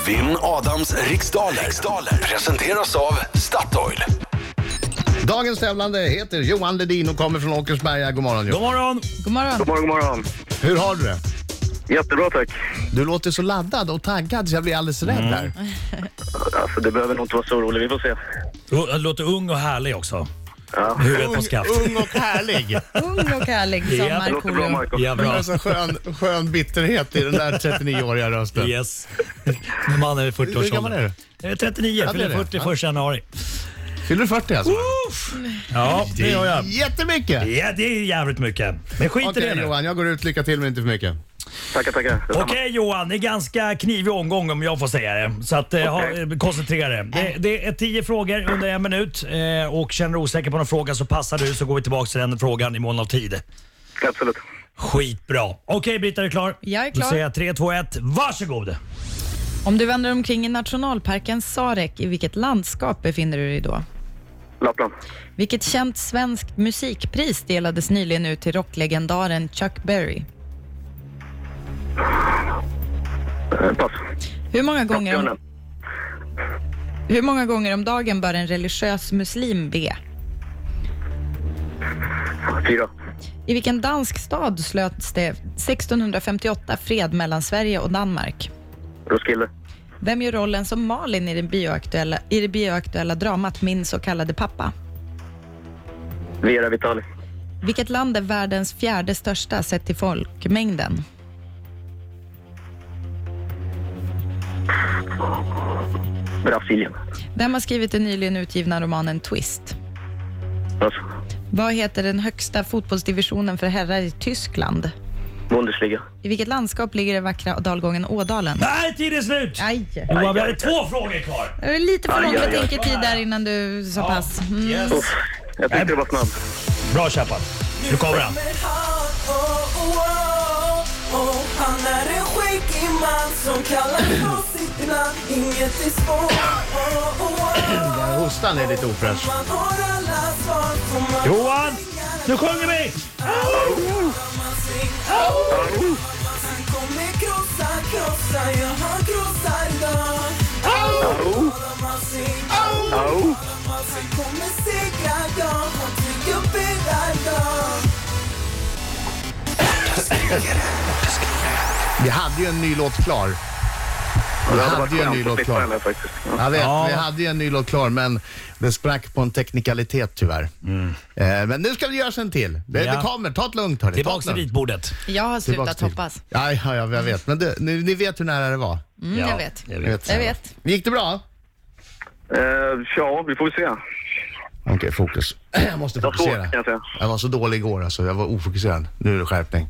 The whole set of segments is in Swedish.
Vinn Adams riksdaler. Presenteras av Statoil. Dagens tävlande heter Johan Ledin och kommer från Åkersberga. God morgon, Johan. God morgon. God morgon. God morgon, god morgon. Hur har du det? Jättebra, tack. Du låter så laddad och taggad så jag blir alldeles rädd där. Alltså, det behöver nog inte vara så roligt. Vi får se. Du låter ung och härlig också. Ja. Huvudet på skaft. Ung och härlig. Ung och härlig som Ja, Det låter bra, Markoolio. Marco. Ja, Det är bra. en så skön bitterhet i den där 39-åriga rösten. Yes. Men man är Hur 40 gammal är du? Jag är 39, Ja, det är fyller det. 40 första januari. Fyller du 40 alltså? Ja, det gör jag. Jättemycket! Ja, det är jävligt mycket. Men skit i Okej det nu. Johan, jag går ut. Lycka till men inte för mycket. Tackar. Okej Johan, det är ganska knivig omgång om jag får säga det. Så att, koncentrera dig. Det är 10 frågor under 1 minut och känner du osäker på någon fråga så passar du så går vi tillbaka till den frågan i mån av tid. Absolut. Skitbra. Okej Britta, är du klar? Jag är klar. Då säger jag 3, 2, 1, varsågod. Om du vandrar omkring i nationalparken Sarek, i vilket landskap befinner du dig då? Lappland. Vilket känt svenskt musikpris delades nyligen ut till rocklegendaren Chuck Berry? Pass. Hur många gånger om Björnen. dagen bör en religiös muslim be? 4. I vilken dansk stad slöts det 1658 fred mellan Sverige och Danmark? Roskilde. Vem gör rollen som Malin i det bioaktuella dramat Min så kallade pappa? Vera Vitali. Vilket land är världens 4:e största sett till folkmängden? Brasilien. Vem har skrivit den nyligen utgivna romanen Twist? Pass. Vad heter den högsta fotbollsdivisionen för herrar i Tyskland? Bundesliga. I vilket landskap ligger den vackra dalgången Ådalen? Nej, tiden är slut! Aj! Johan, vi hade 2 frågor kvar. Det var lite för Aj, långt aj, aj. tänketid där innan du sa pass. Yes. Jag tyckte det var snabb. Bra kämpat. Nu kommer han. Han är en skäggig man som kallar på sitt namn. Inget är svårt. Hostan är lite ofräsch. Man har alla svar på man. Johan, nu sjunger vi! Han kommer krossa, ja han krossar idag. Man kommer segra, ja han tycker bäddar idag. Vi hade ju en ny låt klar. Det hade varit skönt att slippa den där faktiskt. Ja. Jag vet, Ja. vi hade ju en ny låt klar men det sprack på en teknikalitet tyvärr. Men nu ska det göras en till. Det Ja. kommer, ta det lugnt hörni. Tillbaks till ritbordet. Jag har slutat hoppas. Ja, jag vet. Men ni vet hur nära det var. Jag vet. Jag vet. Gick det bra? Ja, vi får se. Okej, fokus. Jag måste Det var svårt, fokusera. kan jag säga. Jag var så dålig igår alltså. Jag var ofokuserad. Nu är det skärpning.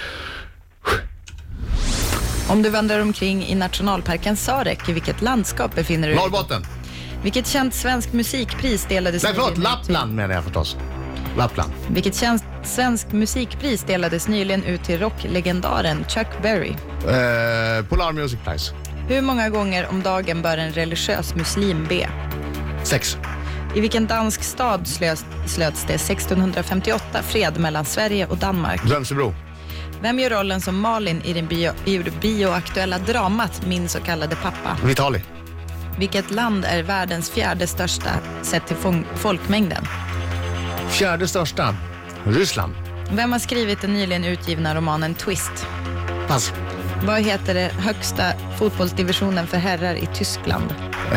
Om du vandrar omkring i nationalparken Sarek, i vilket landskap befinner du dig? Norrbotten. Vilket känt svenskt musikpris delades Nej, förlåt. nyligen ut till- Lappland menar jag förstås. Lappland. Vilket känt svenskt musikpris delades nyligen ut till rocklegendaren Chuck Berry? Polar Music Prize. Hur många gånger om dagen bör en religiös muslim be? 6. I vilken dansk stad slöts det 1658 fred mellan Sverige och Danmark? Drömsebro. Vem gör rollen som Malin i det bioaktuella dramat Min så kallade pappa? Vitali. Vilket land är världens 4:e största sett till folkmängden? 4:e största. Ryssland. Vem har skrivit den nyligen utgivna romanen Twist? Pass. Vad heter det högsta fotbollsdivisionen för herrar i Tyskland?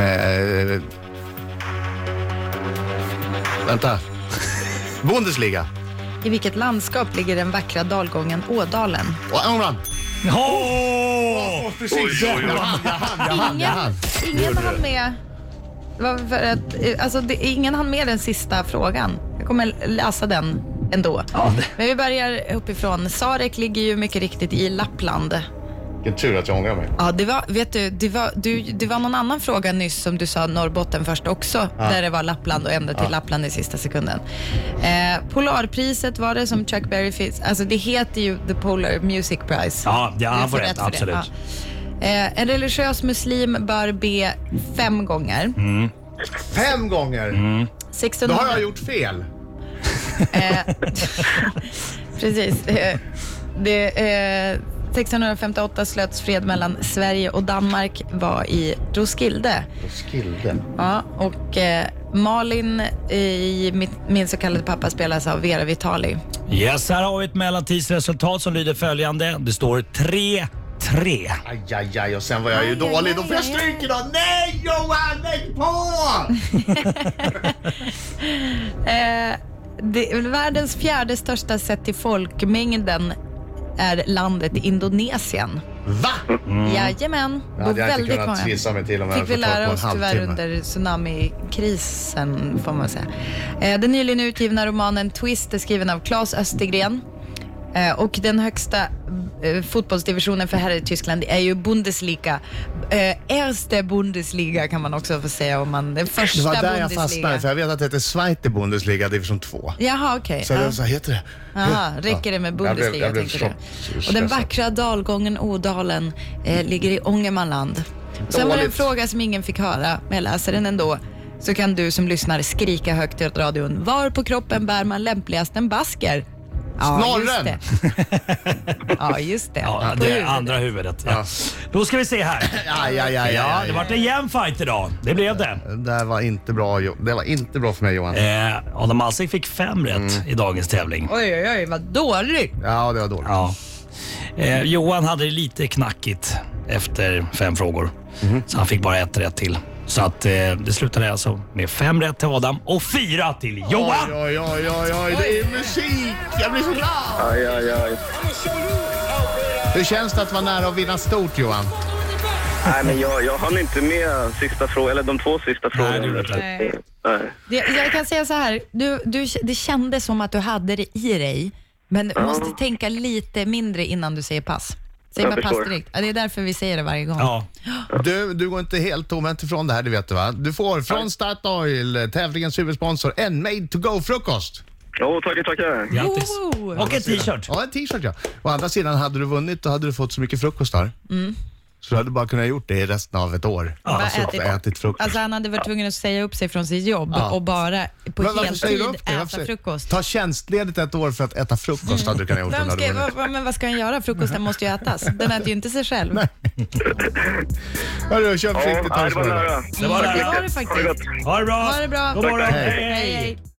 Vänta. Bundesliga. I vilket landskap ligger den vackra dalgången Ådalen? Och England. Precis. Jag hann. Ingen hann med. Det var för att, alltså, ingen hann med den sista frågan. Jag kommer läsa den ändå. Men vi börjar uppifrån. Sarek ligger ju mycket riktigt i Lappland. Vilken tur att jag ångrar mig. Ja, det var, vet du, det var någon annan fråga nyss som du sa Norrbotten först också, där det var Lappland och ända till Lappland i sista sekunden. Polarpriset var det som Chuck Berry finns, alltså det heter ju The Polar Music Prize. Ja, Du han får får rätt, för det. absolut. Ja. En religiös muslim bör be 5 gånger. 5 gånger? 1600... Då har jag gjort fel. Precis. 1658 slöts fred mellan Sverige och Danmark var i Roskilde. Roskilde. Ja, och Malin i min så kallade pappa spelas av Vera Vitali. Yes, här har vi ett mellantidsresultat som lyder följande. Det står 3-3. Aj, och sen var jag ju dålig. Då får jag stryk idag. Nej, Johan, lägg på! Världens fjärde största sett till folkmängden är landet Indonesien. Va? Jajamän. Jag hade inte kunnat svissa mig till om jag fick vi lära oss tyvärr under tsunamikrisen, får man säga. Den nyligen utgivna romanen Twist är skriven av Claes Östergren. Och den högsta fotbollsdivisionen för herrar i Tyskland är ju Bundesliga. Erste Bundesliga kan man också få säga om man den första Bundesliga. Det var där jag fastnade, för jag vet att det heter Zweite Bundesliga division 2. Jaha, okej. Så det så heter det. Jaha, räcker det med Bundesliga, jag tänkte det. Och den vackra dalgången Ådalen ligger i Ångermanland. Sen var det en fråga som ingen fick höra, men jag läser den ändå. Så kan du som lyssnar skrika högt i radion. Var på kroppen bär man lämpligast en basker? Snorren! Ja, just det. Ja, det är andra huvudet. Ja. Då ska vi se här. Ja, det var en jämn fight idag. Det blev det. Det var inte bra, det var inte bra för mig, Johan. Adam Alsing fick 5 rätt i dagens tävling. Oj, vad dåligt. Ja, det var dåligt. Ja. Johan hade det lite knackigt efter 5 frågor. Så han fick bara 1 rätt till. Så att det slutade alltså med 5 rätt till Adam och 4 till Johan. Oj, det är musik. Jag blir så glad. Aj. Hur känns det att vara nära att vinna stort, Johan? Nej, men jag hann inte med sista frågan, eller de 2 sista frågorna. Nej. Jag kan säga så här, det kändes som att du hade det i dig, men du måste tänka lite mindre innan du säger pass. Säg bara pass direkt. Ja, det är därför vi säger det varje gång. Ja. Du går inte helt tomhänt ifrån det här, det vet du, va? Du får från Statoil, tävlingens huvudsponsor, en made to go frukost. Tackar. Grattis. Och en t-shirt. Ja, en t-shirt, ja. Å andra sidan, hade du vunnit, då hade du fått så mycket frukostar. Så du hade bara kunnat gjort det i resten av ett år. Ätit frukost. Alltså han hade varit tvungen att säga upp sig från sitt jobb och bara på heltid äta frukost. Ta tjänstledigt ett år för att äta frukost hade du kunnat gjort. Men vad ska han göra? Frukosten måste ju ätas. Den äter ju inte sig själv. Hörru, kör försiktigt. Det var nära. Det var nära. Det var det faktiskt. Ha det bra. Ha det bra. God morgon. Hej.